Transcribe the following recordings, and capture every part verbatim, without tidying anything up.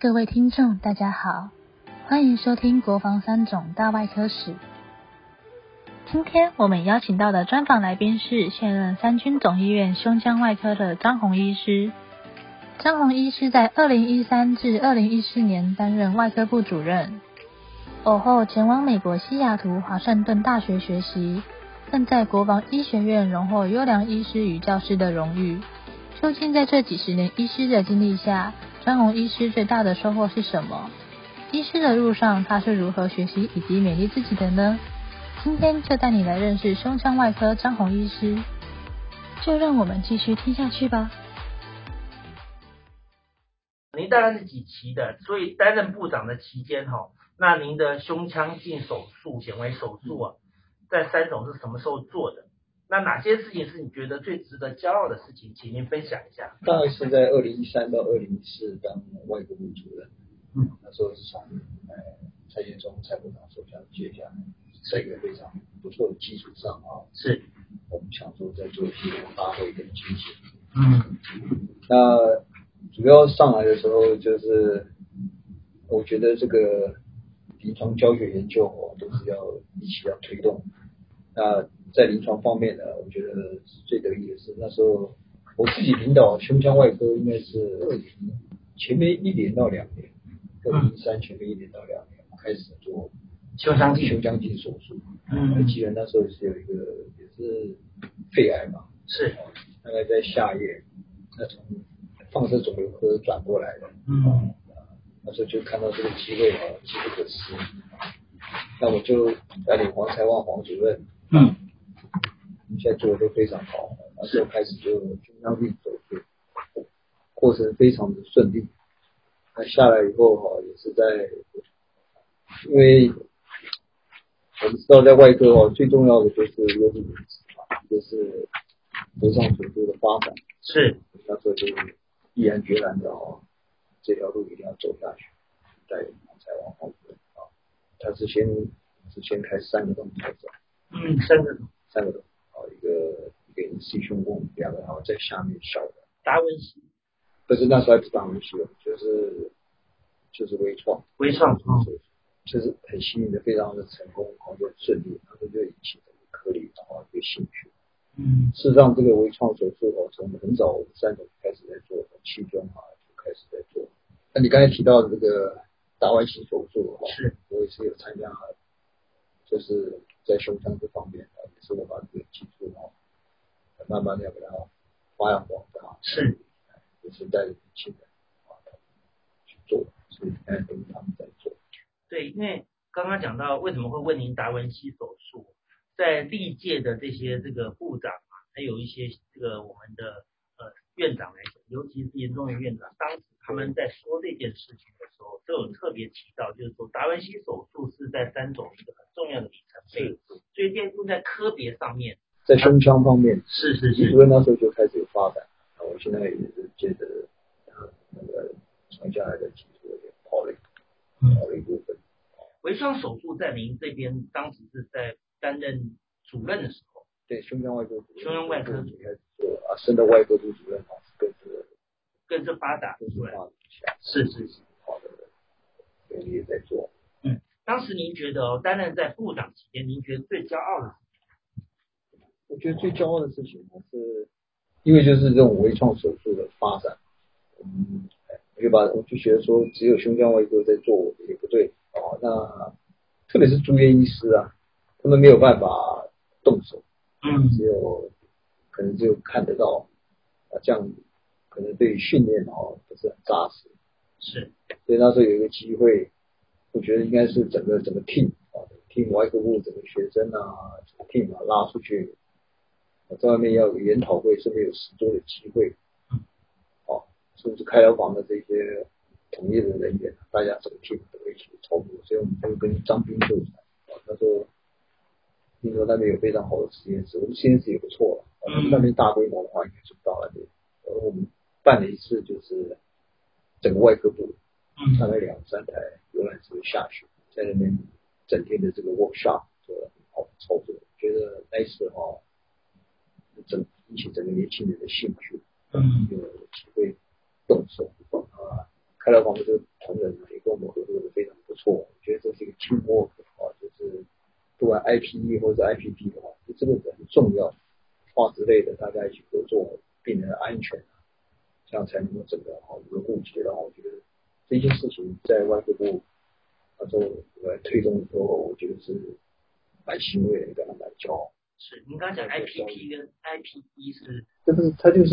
各位听众大家好，欢迎收听国防三种大外科史。今天我们邀请到的专访来宾是现任三军总医院胸腔外科的张宏医师。张宏医师在二零一三至二零一四年担任外科部主任，偶后前往美国西雅图华盛顿大学学习，更在国防医学院荣获优良医师与教师的荣誉。究竟在这几十年医师的经历下，张宏医师最大的收获是什么？医师的路上他是如何学习以及勉励自己的呢？今天就带你来认识胸腔外科张宏医师，就让我们继续听下去吧。 您大概是几期的？所以担任部长的期间哈，那您的胸腔镜手术、显微手术啊，在三种是什么时候做的？那哪些事情是你觉得最值得骄傲的事情？请您分享一下。 大概是在二零一三到二零一四当外科部主任，嗯，那时候是从呃蔡建忠蔡部长手下接下来，在一个非常不错的基础上啊， 是我们想说在做一些发挥跟精进。 嗯， 那主要上来的时候，就是我觉得这个临床教学研究哦，都是要一起要推动。那在临床方面呢，我觉得最得意的是那时候我自己领导胸腔外科，应该是二零前面一年到两年，二零一三前面一年到两年，我开始做胸腔镜胸腔镜手术。 嗯， 我记得那时候是有一个也是肺癌嘛， 是大概在下叶，那从放射肿瘤科转过来的， 嗯， 那时候就看到这个机会啊，机不可失。那我就带领黄才旺黄主任， 嗯， 我们现在做的都非常好。那时候开始就胸腔镜手术，过程非常的顺利。那下来以后哈，也是在，因为我们知道在外科哦，最重要的就是优质品质嘛，就是微创手术的发展。 是那时候就毅然决然的哦，这条路一定要走下去，带黄才旺黄主任啊，他是先是先开三个洞开走， 嗯，三个三个洞啊，一个一个 C 胸弓，两个然后在下面小的达文西， 可是那时候还不是达文西哦，就是就是微创， 微创， 嗯，就是很幸运的，非常的成功，然后就很顺利，然后就引起这个科里然后一个兴趣。 嗯， 事实上，这个微创手术哦，从很早我们三种开始在做，从期中啊就开始在做。那你刚才提到的这个达文西手术哦， 是我也是有参加，就是在胸腔这方面啊，也是我把这个技术哦，慢慢的给它发扬光大。 是， 也是带着年轻人啊去做，所以现在都是他们在做。 对，因为刚刚讲到为什么会问您达文西手术，在历届的这些这个部长啊，还有一些这个我们的呃院长来讲，尤其是研中院院长，当时他们在说这件事情的时候，都有特别提到，就是说达文西手术是在三种一个很重要的里程碑，所以在用在科别上面， 在胸腔方面， 是是是， 因为那时候就开始有发展，我现在也是接着呃那个传下来的技术有点跑了跑了一部分。 微创手术在您这边当时是在担任主任的时候， 对，胸腔外科主任， 胸腔外科主任做啊，升的外科部主任啊，更是更是发达， 更是发展起来， 是是是， 好的，所以也在做。 嗯，当时您觉得哦，担任在部长期间，您觉得最骄傲的事情？ 我觉得最骄傲的事情呢，是因为就是这种微创手术的发展，嗯，我就把我就觉得说，只有胸腔外科在做也不对哦。那特别是住院医师啊，他们没有办法动手， 嗯， 只有可能只有看得到啊，这样可能对于训练哦不是很扎实。 是， 所以那时候有一个机会，我觉得应该是整个整个 team 啊 ，team 外科部整个学生啊，整个 team 啊拉出去，在外面要有研讨会，甚至有实作的机会。哦，甚至开疗房的这些从业的人员，大家整个 team 都一起操作，所以我们就跟张斌就谈，啊，他说，听说那边有非常好的实验室，我们实验室也不错了，啊，那边大规模的话应该做不到那边，而我们办了一次就是整个外科部，大概两三台游览车下去，在那边整天的这个 workshop 做了很好的操作，觉得那一次哈，整引起整个年轻人的兴趣。 嗯， 有机会动手啊， 开刀房的这个同仁呢，也跟我们合作的非常不错，我觉得这是一个 teamwork 啊，就是不管 I P E 或者 I P P 的话，这个很重要，化之类的大家一起合作，病人的安全，这样才能够整个好一个护结的话，我觉得这件事情在外科部那时候来推动的时候，我觉得是蛮欣慰的，跟他蛮骄傲。 是，您刚刚讲 I P P 跟 I P E 是， 就是它就是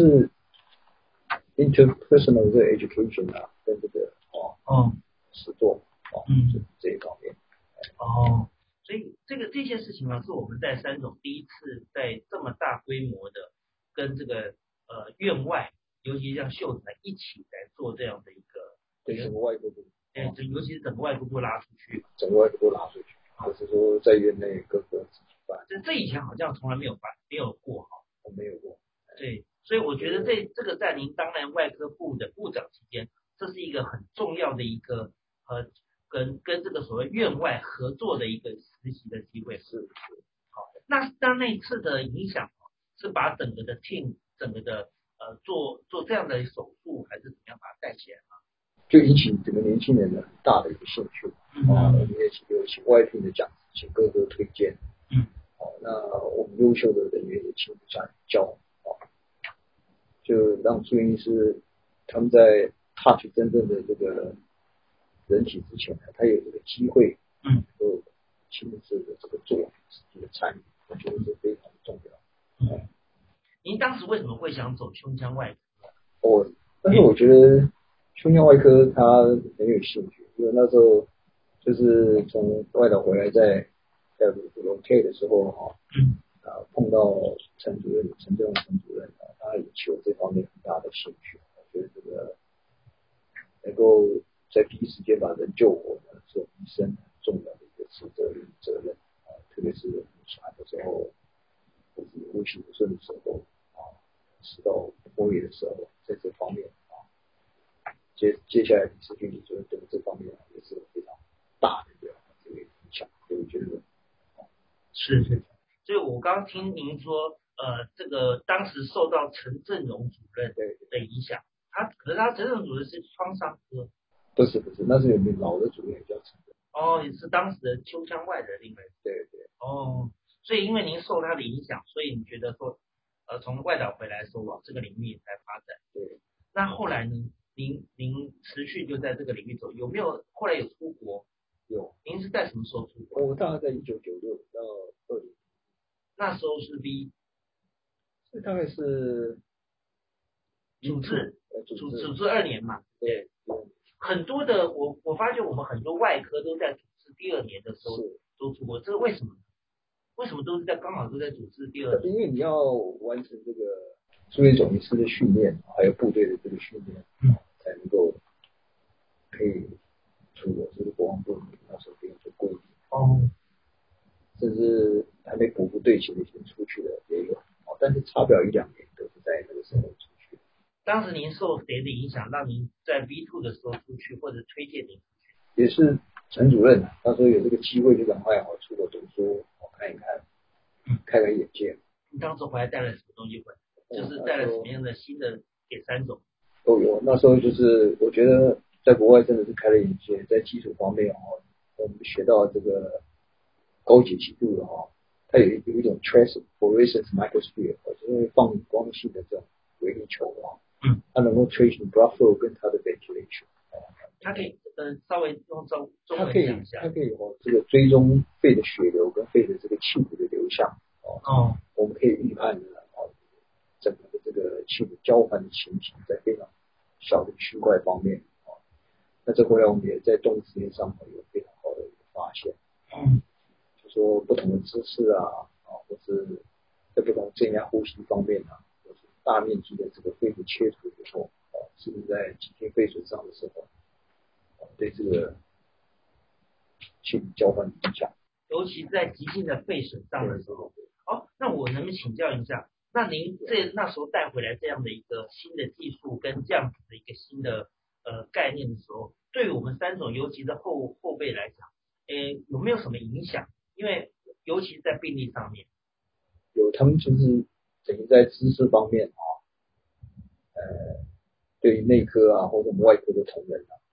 interpersonal 这个 education 啊，跟这个哦哦， 实作哦， 嗯， 这一方面。 哦，所以这个这件事情呢，是我们在三总第一次在这么大规模的跟这个呃院外，尤其像秀才一起来做这样的一个， 对整个外科部， 对，就尤其是整个外科部拉出去， 整个外科部拉出去，就是说在院内各个自己办。 这这以前好像从来没有办，没有过哈， 我没有过。 对，所以我觉得这这个在您当然外科部的部长期间，这是一个很重要的一个呃跟跟这个所谓院外合作的一个实习的机会。 是是。 好，那那那一次的影响是把整个的 team 整个的呃做做这样的手术，还是怎么样把它带起来吗？ 就引起整个年轻人的很大的一个兴趣。 嗯、 啊，我们也有请外聘的讲师，请各个推荐。 嗯。 好，那我们优秀的人员也亲自下教。就让住院医师他们在 touch 真正的这个人体之前呢，他有这个机会， 嗯， 能够亲自的这个做实际的参与，我觉得是非常重要。 嗯，您当时为什么会想走胸腔外科？ 哦，但是我觉得胸腔外科他很有兴趣，因为那时候就是从外岛回来在在 rotate 的时候哈， 嗯， 啊碰到陈主任陈正荣陈主任啊，他引起我这方面很大的兴趣，我觉得这个能够在第一时间把人救活呢，是我们医生很重要的一个职责任责任啊，特别是喘的时候，或者呼吸不顺的时候啊，食道破裂的时候，在这方面啊，接接下来李世军李主任对这方面也是非常大的一个这个影响，所以我觉得是是，所以我刚刚听您说，呃，这个当时受到陈正荣主任的影响，他可是他陈正荣主任是创伤科， 不是不是，那是有名老的主任叫陈正。 哦，也是当时的胸腔外的另外， 对对， 哦，所以因为您受他的影响，所以你觉得说，呃，从外岛回来说往这个领域来发展， 对。 那后来呢，您您持续就在这个领域走，有没有后来有出国？ 有。 您是在什么时候出国？ 我大概在一九九六到二零， 那时候是 V， 这大概是主治呃主治主治二年嘛， 对。 很多的我我发现我们很多外科都在主治第二年的时候都出国，这个为什么？为什么都是在刚好都在主治第二年？ 因为你要完成这个住院总医师的训练，还有部队的这个训练， 嗯， 才能够可以出国。这个国防部那时候给我做规定。 哦， 甚至还没补部队前已经出去了也有，但是差不了一两年都是在那个时候出去。 当时您受谁的影响，让您在 V 二 的时候出去，或者推荐您出去？ 也是陈主任，他说有这个机会就赶快好出国读书，好看一看， 嗯， 开开眼界。 你当时回来带了什么东西回来？就是带了什么样的新的给三种？ 都有。那时候就是我觉得在国外真的是开了眼界，在基础方面哦，我们学到这个高解析度的哈，它有有一种 trace fluorescence microsphere， 就是放光性的这种微粒球啊， 嗯， 它能够 trace blood flow 跟它的 ventilation， 它可以呃稍微用中中文讲一下， 它可以哦这个追踪肺的血流跟肺的这个气体的流向哦， 哦， 我们可以预判的哦整个的这个气体交换的情形，在非常小的区块方面哦，那这回来我们也在动物实验上有非常好的一个发现， 嗯。 说不同的姿势啊，啊，或是在不同正压呼吸方面啊，或是大面积的这个肺部切除以后，啊，是不是在急性肺损伤的时候，啊，对这个气体交换的影响， 尤其在急性的肺损伤的时候。哦，那我能不能请教一下，那您这那时候带回来这样的一个新的技术跟这样子的一个新的呃概念的时候，对于我们三种尤其是后后辈来讲，诶，有没有什么影响？因为尤其是在病例上面， 有他们就是等于在知识方面啊，呃，对于内科啊或者我们外科的同仁啊，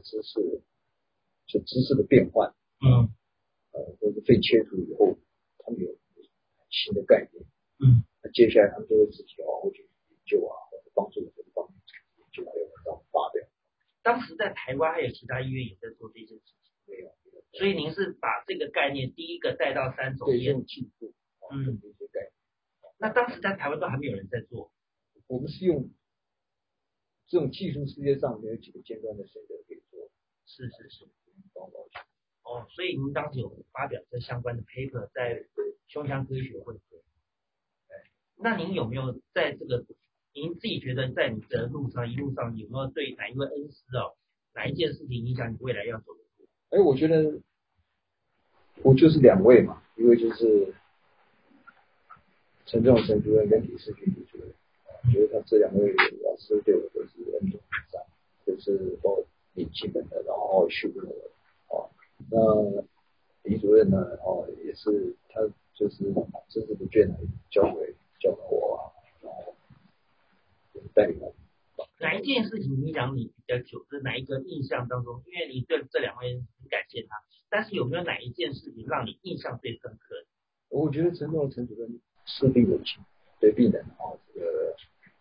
知识，是知识的变换， 嗯， 呃，或者肺切除以后，他们有新的概念， 嗯， 那接下来他们就会自己哦会去研究啊，或者帮助这个方面研究，还有文章发表。 当时在台湾还有其他医院也在做这件事情， 没有， 所以您是把这个概念第一个带到三种对烟， 用技术， 嗯， 这些概念。 那当时在台湾都还没有人在做， 我们是用这种技术，世界上没有几个尖端的谁都可以做。 是是是，哦，所以您当时有发表这相关的 paper 在胸腔科学会。那您有没有在这个您自己觉得在你的路上一路上有没有对哪一位恩师哦，哪一件事情影响你未来要走的路？ 哎，我觉得我就是两位嘛，一位就是陈仲陈主任跟李世军李主任，我觉得他这两位老师对我都是恩重如山，就是都引进门的，然后训练我啊。那李主任呢，哦，也是他就是真正的眷来教会教导我啊，然后带领我。 哪一件事情影响你比较久？是哪一个印象当中？因为你对这两位很感谢他，但是有没有哪一件事情让你印象最深刻？ 我觉得陈仲陈主任是病有情，对病人啊，这个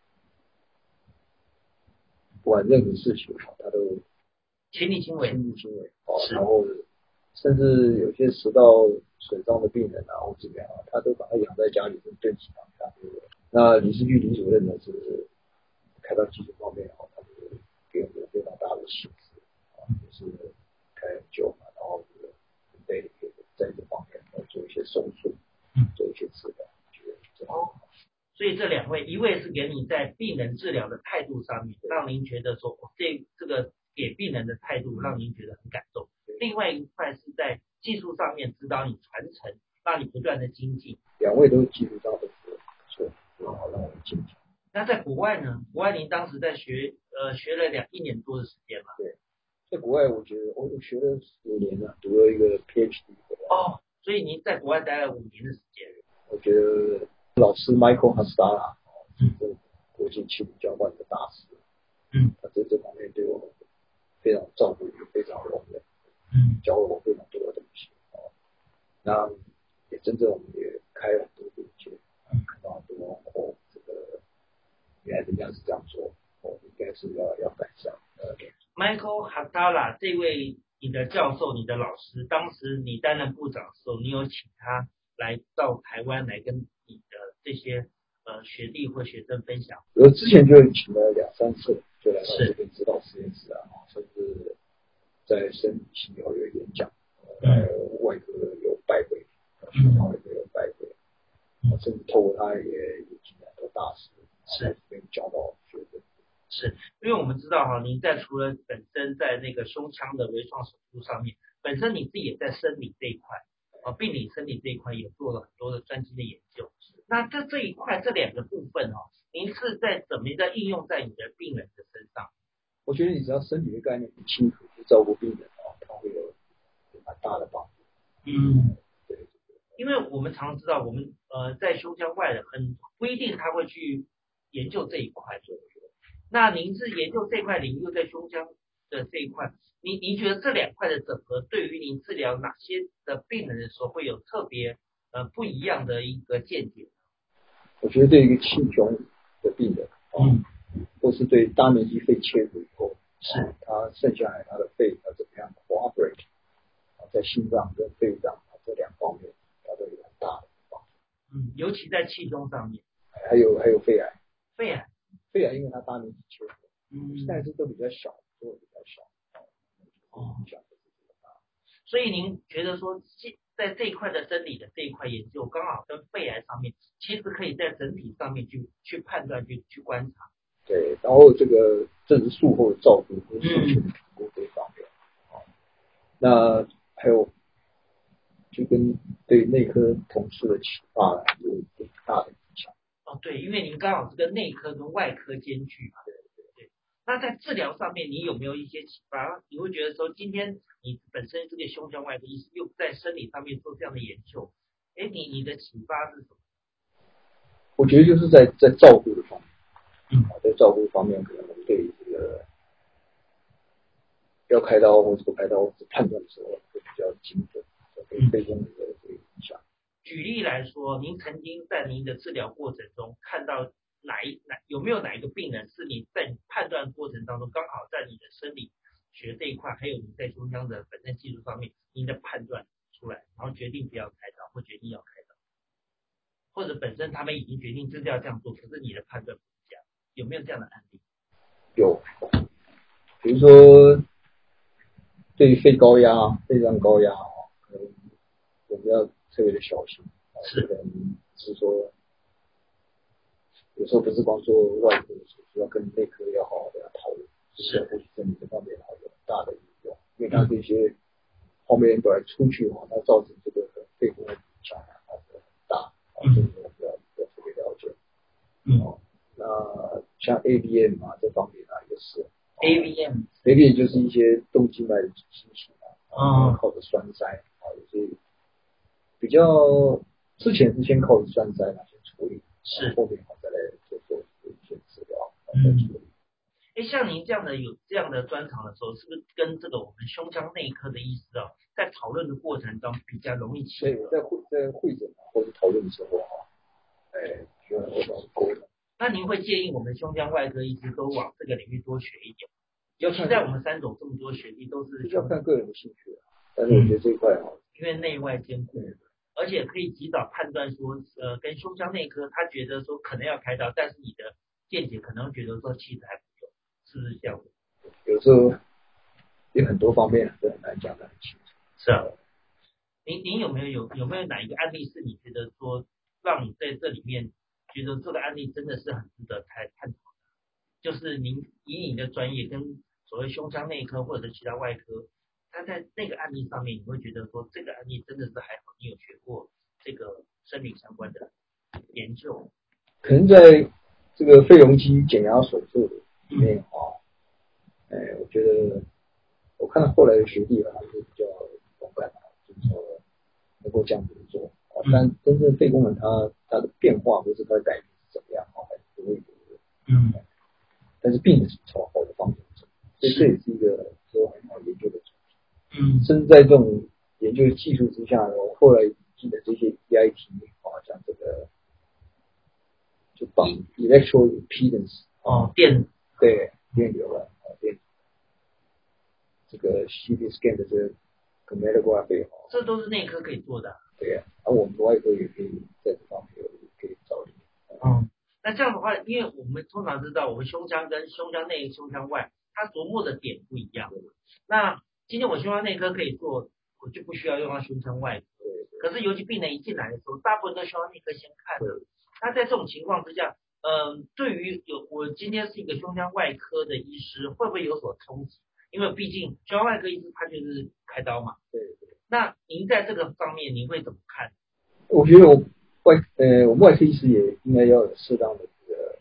不管任何事情啊，他都亲力亲为， 亲力亲为啊，然后甚至有些食道损伤的病人啊，或怎么样啊，他都把他养在家里，跟炖鸡汤下。那李世玉李主任呢，是开到技术方面啊，他就是给我们非常大的启示啊，也是开很久嘛，然后这个对在这方面做一些手术，做一些治疗，觉得哦。所以这两位，一位是给你在病人治疗的态度上面，让您觉得说这这个给病人的态度让您觉得很感动；另外一块是在技术上面指导你传承，让你不断的精进。 两位都技术上都是不错，很好让我们精进。 那在国外呢？国外您当时在学呃学了两一年多的时间嘛？ 对，在国外我觉得我学了五年了，读了一个 P H D。 哦，所以您在国外待了五年的时间。 我觉得老师 Michael Hastala， 嗯，国际气体交换的大师， 嗯， 他在这方面对我非常照顾，也非常容忍， 嗯， 教了我非常多的东西。哦，那也真正我们也开了很多眼界，看到很多哦，这个原来人家是这样做，哦，应该是要要改善。呃 Michael Hastala 这位你的教授、你的老师，当时你担任部长的时候，你有请他来到台湾来跟你的这些呃学弟或学生分享？ 我之前就请了两三次，就来到这边指导实验室啊，甚至在生理系有演讲，呃，外科有拜会，学校也有拜会，甚至透过他也引进很多大师， 是跟教导学生。 是因为我们知道哈，您在除了本身在那个胸腔的微创手术上面，本身你自己也在生理这一块啊，病理生理这一块也做了很多的专精的研究。那这这一块这两个部分哦，您是在怎么的应用在你的病人的身上？ 我觉得你只要身体的概念很清楚，去照顾病人啊，他会有蛮大的帮助。 嗯，对，因为我们常知道，我们呃在胸腔外的很不一定他会去研究这一块，对不对？那您是研究这块领域在胸腔的这一块，您您觉得这两块的整合，对于您治疗哪些的病人的时候，会有特别呃不一样的一个见解？ 我觉得对一个气胸的病人， 嗯， 或是对大面积肺切除以后， 是他剩下来他的肺要怎么样 cooperate， 在心脏跟肺脏这两方面，它都有很大的帮助。 嗯，尤其在气胸上面， 还有还有肺癌， 肺癌， 肺癌因为它大面积切除， 嗯， 现在是都比较小，都比较小， 哦，所以您觉得说，在这一块的生理的这一块研究，刚好跟肺癌上面，其实可以在整体上面去去判断、去去观察。 对，然后这个正是术后的照顾跟术前评估这方面，嗯，那还有就跟对内科同事的启发有很大的影响。 哦，对，因为您刚好是跟内科跟外科兼具嘛。对对对。那在治疗上面，你有没有一些启发？你会觉得说，今天你本身这个胸腔外科医师，又在生理上面做这样的研究，哎，你你的启发是什么？ 我觉得就是在在照顾的方面， 嗯， 在照顾方面，可能对这个要开刀或者不开刀或者判断的时候会比较精准，对肺功能的这个影响。 举例来说，您曾经在您的治疗过程中看到哪一哪有没有哪一个病人是你在判断过程当中刚好在你的生理学这一块，还有你在胸腔的本身技术方面，您的判断出来，然后决定不要开刀或决定要开刀，或者本身他们已经决定就是要这样做，可是你的判断不是这样，有没有这样的案例？ 有，比如说对于肺高压、肺脏高压，可能我们要特别的小心。 是， 可能是说，有时候不是光做外科的手术，要跟内科要好好的讨论， 是或许在你这方面还有很大的应用，因为它这些后面短出去哈，它造成这个肺功能影响还是很大， 嗯， 这个要要特别了解。 嗯， 哦，那像 A V M 啊这方面啊也是 A V M，A V M 就是一些动静脉的畸形啊， 哦， 靠着栓塞啊，有些比较之前是先靠着栓塞来先处理， 是， 后面再来做做一些治疗嗯再处理。 哎，像您这样的有这样的专长的时候，是不是跟这个我们胸腔内科的医师啊，在讨论的过程中比较容易契合？ 在会在会诊或者讨论的时候啊，哎，需要我们沟通。 那您会建议我们胸腔外科医师都往这个领域多学一点？尤其在我们三种这么多学历都是要看个人的兴趣，但是我觉得这一块啊， 因为内外兼顾，而且可以及早判断说，呃，跟胸腔内科他觉得说可能要开刀，但是你的见解可能觉得说其实还不够，是不是这样？ 有时候有很多方面是很难讲得很清楚。 是啊，您您有没有有有没有哪一个案例是你觉得说让你在这里面觉得这个案例真的是很值得探探讨的？就是您以你的专业跟所谓胸腔内科或者是其他外科，他在那个案例上面，你会觉得说这个案例真的是还好，你有学过这个生理相关的研究？ 可能在这个肺容积减压手术里面啊，哎、嗯，我觉得我看到后来的学弟啊，还是比较勇敢啊，就是说能够这样子做啊。但真正肺功能它它的变化或是它的改变是怎么样啊，还是不会有的。 嗯。 但是病人是朝好的方向走，所以这也是一个之后很好研究的主题。 嗯。 甚至在这种研究技术之下，我后来引进的这些 E I T 啊，像这个就绑 electro impedance 哦，电对电流啊，电这个 C T scan 的这个 chromatography 啊， 这都是内科可以做的。 对啊，而我们的外科也可以在这方面可以找你。 嗯，那这样的话，因为我们通常知道，我们胸腔跟胸腔内、胸腔外，它琢磨的点不一样。那今天我胸腔内科可以做，我就不需要用到胸腔外科。可是尤其病人一进来的时候，大部分都胸腔内科先看的。那在这种情况之下，嗯、呃，对于有我今天是一个胸腔外科的医师，会不会有所冲击？因为毕竟胸腔外科医师他就是开刀嘛。 对对。 那您在这个方面您会怎么看？ 我觉得我外呃，我们外科医师也应该要有适当的这个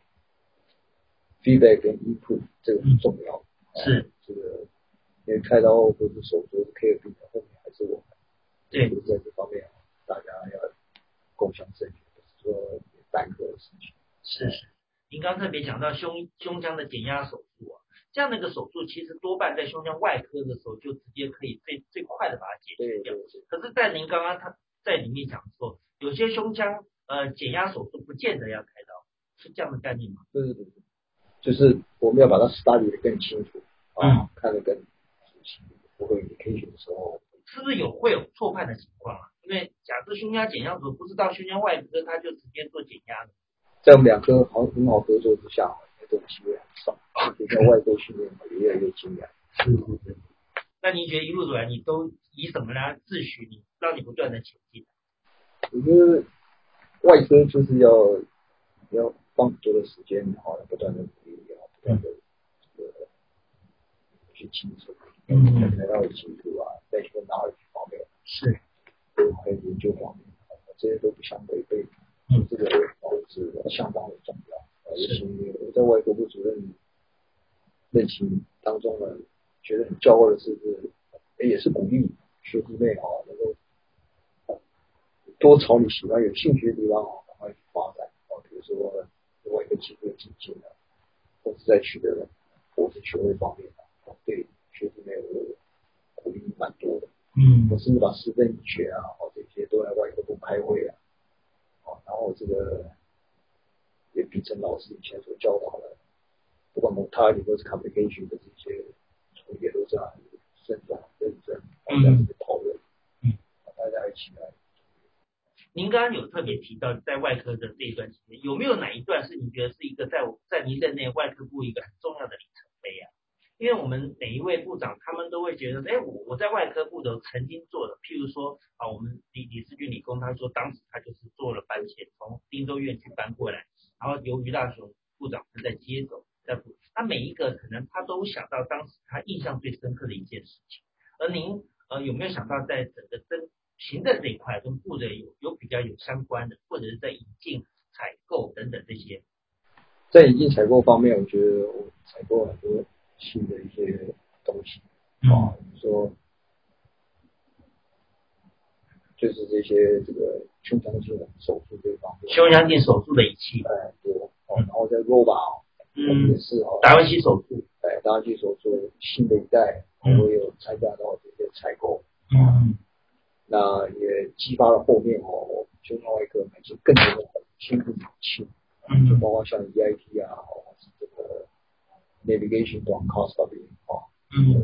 feedback 跟 input， 这个很重要。 嗯、是这个因为开刀或者手术 care 病人后面还是我们。 对， 在这方面大家要共享正确，不是说单个的事情。 是是，您刚特别讲到胸胸腔的减压手术啊，这样的一个手术其实多半在胸腔外科的时候就直接可以最最快的把它解决掉。可是，在您刚刚他在里面讲说，有些胸腔呃减压手术不见得要开刀，是这样的概念吗？ 对对对，就是我们要把它 study 的更清楚啊，嗯、看得更仔细，不会 indication 的时候。 是不是有会有错判的情况啊？因为假设胸腔减压组不知道胸腔外科，他就直接做减压的。 在我们两科好很好合作之下，这种机会很少，学校外科训练也越来越精良。 是是是。那您觉得一路走来，你都以什么来自诩你，让你不断的前进？ 我觉得外科就是要要放很多的时间，好不断的努力，不断的这个去清楚，嗯，得到的技术啊，在这个哪里方面是， 还有研究方面，这些都不相违背，嗯，这个是相当的重要。尤其我在外科部主任任期当中呢，觉得很骄傲的是，也是鼓励学弟妹啊，能够多朝你喜欢、有兴趣的地方啊，赶快去发展啊。比如说外科技术进进啊，或者在取得博士学位方面啊，对学弟妹有嗯， 我甚至把实证医学啊，哦这些都在外科部开会啊，哦，然后这个也秉承老师以前所教导的，不管 mortality 或是 complication 的这些，也都这样慎重认真，哦这样子讨论，嗯，大家一起来。 您刚刚有特别提到在外科的这一段期间，有没有哪一段是你觉得是一个在在您任内外科部一个很重要的里程碑啊？因为我们每一位部长他们都会觉得，哎，我我在外科部的曾经做的，譬如说啊，我们李李世军理工他说当时他就是做了搬迁，从汀州院区搬过来，然后由于大雄部长是在接手，在部，他每一个可能他都想到当时他印象最深刻的一件事情，而您呃有没有想到在整个真行政这一块跟部的有有比较有相关的，或者是在引进、采购等等这些？ 在引进采购方面，我觉得我采购很多新的一些东西，啊，比如说就是这些这个胸腔镜手术这一方面， 胸腔镜手术的仪器， 哎多哦，然后在 robot 嗯也是哦， 达文西手术， 哎达文西手术新的一代，我有参加到这些采购， 嗯。 那也激发了后面哦，我们胸腔外科买进更多的新的仪器，就包括像 E I T 啊，或是这个 navigation 短 costing 啊， 嗯，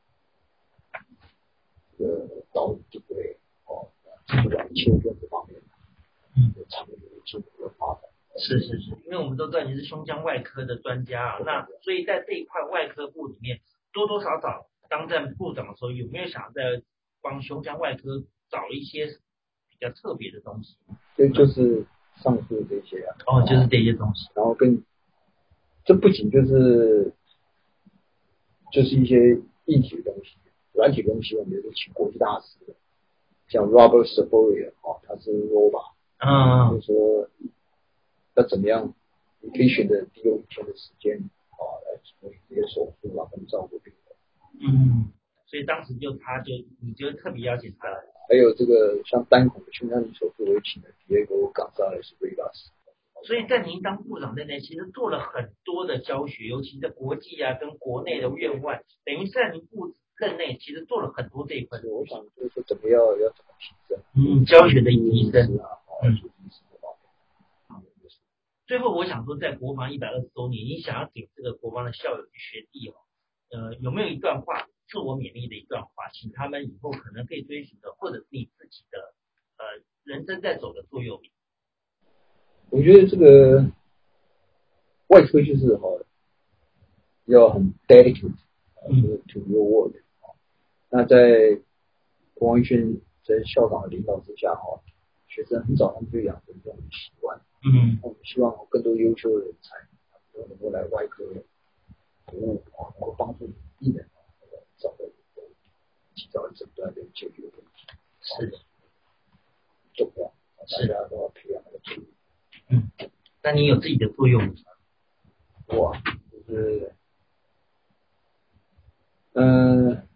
这个导引定位哦，这个切片这方面，嗯，长远的进步的发展。 是是是，因为我们都知道你是胸腔外科的专家啊，那所以在这一块外科部里面，多多少少当任部长的时候，有没有想在帮胸腔外科找一些比较特别的东西？ 对，就是上述这些啊。 哦，就是这些东西。 然后跟这不仅就是就是一些硬体的东西，软体的东西我们也是请国际大师的，像 Robert Savoria 哦，他是 robot， 嗯， 就是说要怎么样，你可以选择利用一天的时间啊来处理这些手术啊，跟照顾病人。 嗯，所以当时就他就你就特别邀请他来。 还有这个像单孔的胸腔镜手术，我也请了 Diego Gonzalez Rivas。 所以在您当部长那年，其实做了很多的教学，尤其在国际啊跟国内的院外，等于在您部任内其实做了很多这一块。 我想就是说怎么要要怎么提升， 嗯，教学的提升啊， 嗯。 嗯。 最后我想说，在国防一百二十周年，你想要给这个国防的校友及学弟哦，呃，有没有一段话自我勉励的一段话，请他们以后可能可以追寻的，或者是你自己的呃人生在走的座右铭？ 我觉得这个外科就是哈、哦，要很 dedicate，嗯 to your work。那在国防医学在校长的领导之下哈、哦，学生很早他们就养成这种习惯。 嗯， 我们希望有更多优秀的人才都能够来外科服务啊，能够帮助病人找到及早的诊断跟解决问题。 是重要，大家都要培养那个注意。 嗯，那你有自己的座右铭吗？ 我就是，嗯、呃，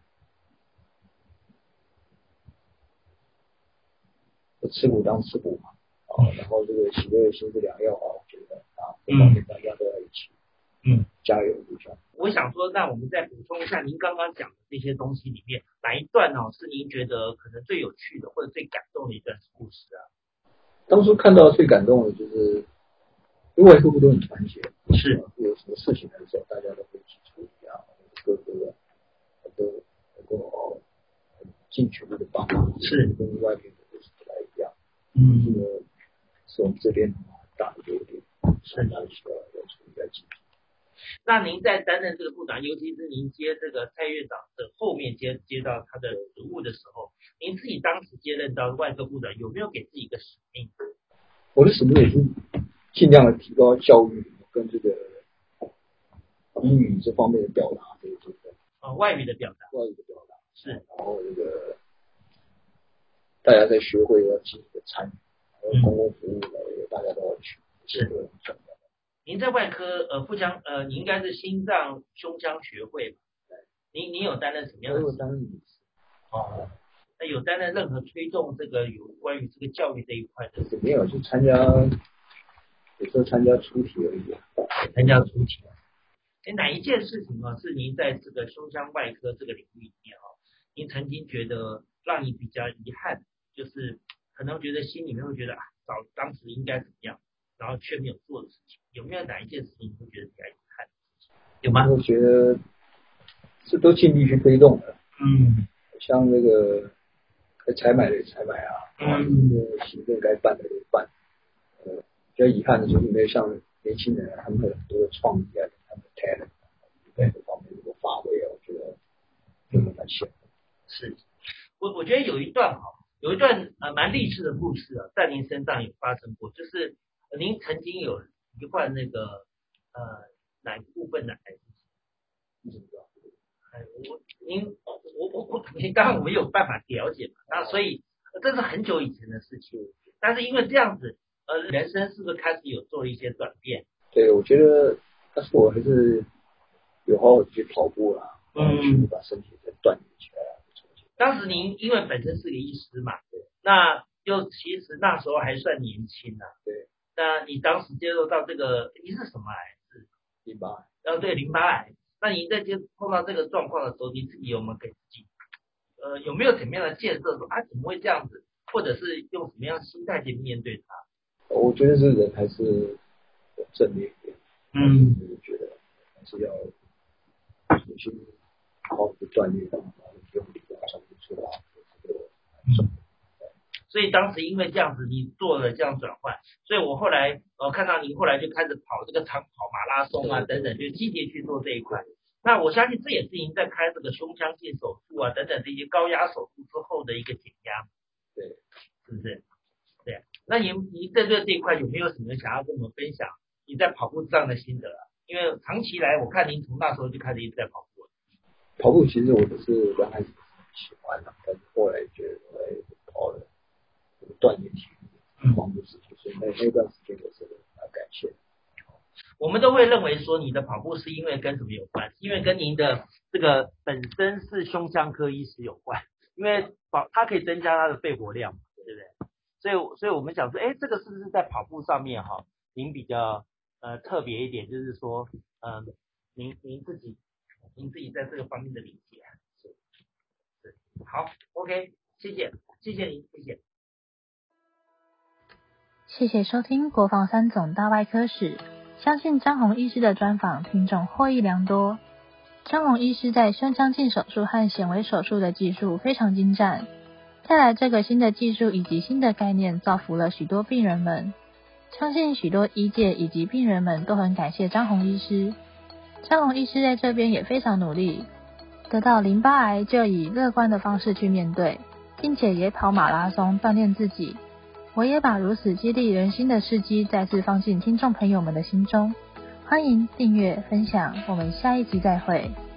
吃苦当吃苦嘛，啊，然后这个喜乐心是良药啊，我觉得啊，这方面大家都要一起，嗯，加油一下。 我想说，那我们再补充一下您刚刚讲的这些东西里面，哪一段哦是您觉得可能最有趣的或者最感动的一段故事啊？ 当初看到最感动的就是，因为外科部都很团结， 是有什么事情的时候，大家都会一起处理啊，各个都能够哦尽全力的帮忙， 是跟外面的都是不太一样。 嗯， 这个是我们这边很大的优点， 是大家需要要处理在进行。 那您在担任这个部长，尤其是您接这个蔡院长的后面接接到他的职务的时候，您自己当时接任到外科部长，有没有给自己一个使命？ 我的使命也是尽量的提高教育跟这个英语这方面的表达这一部分。 呃，外语的表达， 外语的表达是， 然后这个大家在学会要积极的参与，还有公共服务呢，也大家都要去， 是这个很重要。 您在外科呃腹腔呃，你应该是心脏胸腔学会吧？您您有担任什么样的？ 我有担任理事。 哦，那有担任任何推动这个有关于这个教育这一块的？ 没有，就参加，有时候参加出题而已。 参加出题。哎，哪一件事情啊，是您在这个胸腔外科这个领域里面啊，您曾经觉得让你比较遗憾，就是可能觉得心里面会觉得啊，早当时应该怎么样，然后却没有做的事情，有没有哪一件事情你会觉得比较遗憾？有吗？ 我觉得是都尽力去推动的。 嗯， 像那个该采买的也采买啊， 嗯， 行政该办的也办。呃，比较遗憾的就是没有像年轻人啊，他们有很多的创意啊，他们的 talent 在这方面如果发挥啊，我觉得真的蛮羡慕。 是，我我觉得有一段哈，有一段呃蛮励志的故事啊，在您身上有发生过，就是呃您曾经有罹患那个呃哪一部分的癌症？ 不知道。 哎，我您我我我您当然我们有办法了解嘛，那所以这是很久以前的事情，但是因为这样子，呃，人生是不是开始有做一些转变？ 对，我觉得，但是我还是有好好去跑步啦， 嗯， 把身体再锻炼起来。 当时您因为本身是个医师嘛，那又其实那时候还算年轻啊， 对， 那你当时接受到这个，你是什么癌？是淋巴癌。 呃，对，淋巴癌。那你在接碰到这个状况的时候，你自己有没有给自己呃有没有怎么样的建设说啊怎么会这样子，或者是用什么样的心态去面对它？ 我觉得这人还是正面一点。 嗯， 我觉得还是要重新好好的锻炼，然后用力往上去做啊。 嗯，所以当时因为这样子，你做了这样转换，所以我后来呃看到您后来就开始跑这个长跑马拉松啊等等，就积极去做这一块。那我相信这也是您在开这个胸腔镜手术啊等等这些高压手术之后的一个减压， 对， 是不是？对。那您您针对这一块有没有什么想要跟我们分享你在跑步上的心得啊？因为长期来我看您从那时候就开始一直在跑步。 跑步其实我不是刚开始喜欢的，但是后来觉得哎跑了锻炼体力，帮助自己，所以那那段时间我是蛮感谢。 我们都会认为说你的跑步是因为跟什么有关？因为跟您的这个本身是胸腔科医师有关，因为跑它可以增加它的肺活量，对不对？所以所以我们想说，哎，这个是不是在跑步上面哈，您比较呃特别一点，就是说，嗯、呃，您您自己您自己在这个方面的理解，是是好 ，OK， 谢谢谢谢您，谢谢。 谢谢收听国防三总大外科史，相信张宏医师的专访听众获益良多。张宏医师在胸腔镜手术和显微手术的技术非常精湛，带来这个新的技术以及新的概念，造福了许多病人们。相信许多医界以及病人们都很感谢张宏医师。张宏医师在这边也非常努力，得到淋巴癌就以乐观的方式去面对，并且也跑马拉松锻炼自己。我也把如此激励人心的事迹再次放进听众朋友们的心中，欢迎订阅分享，我们下一集再会。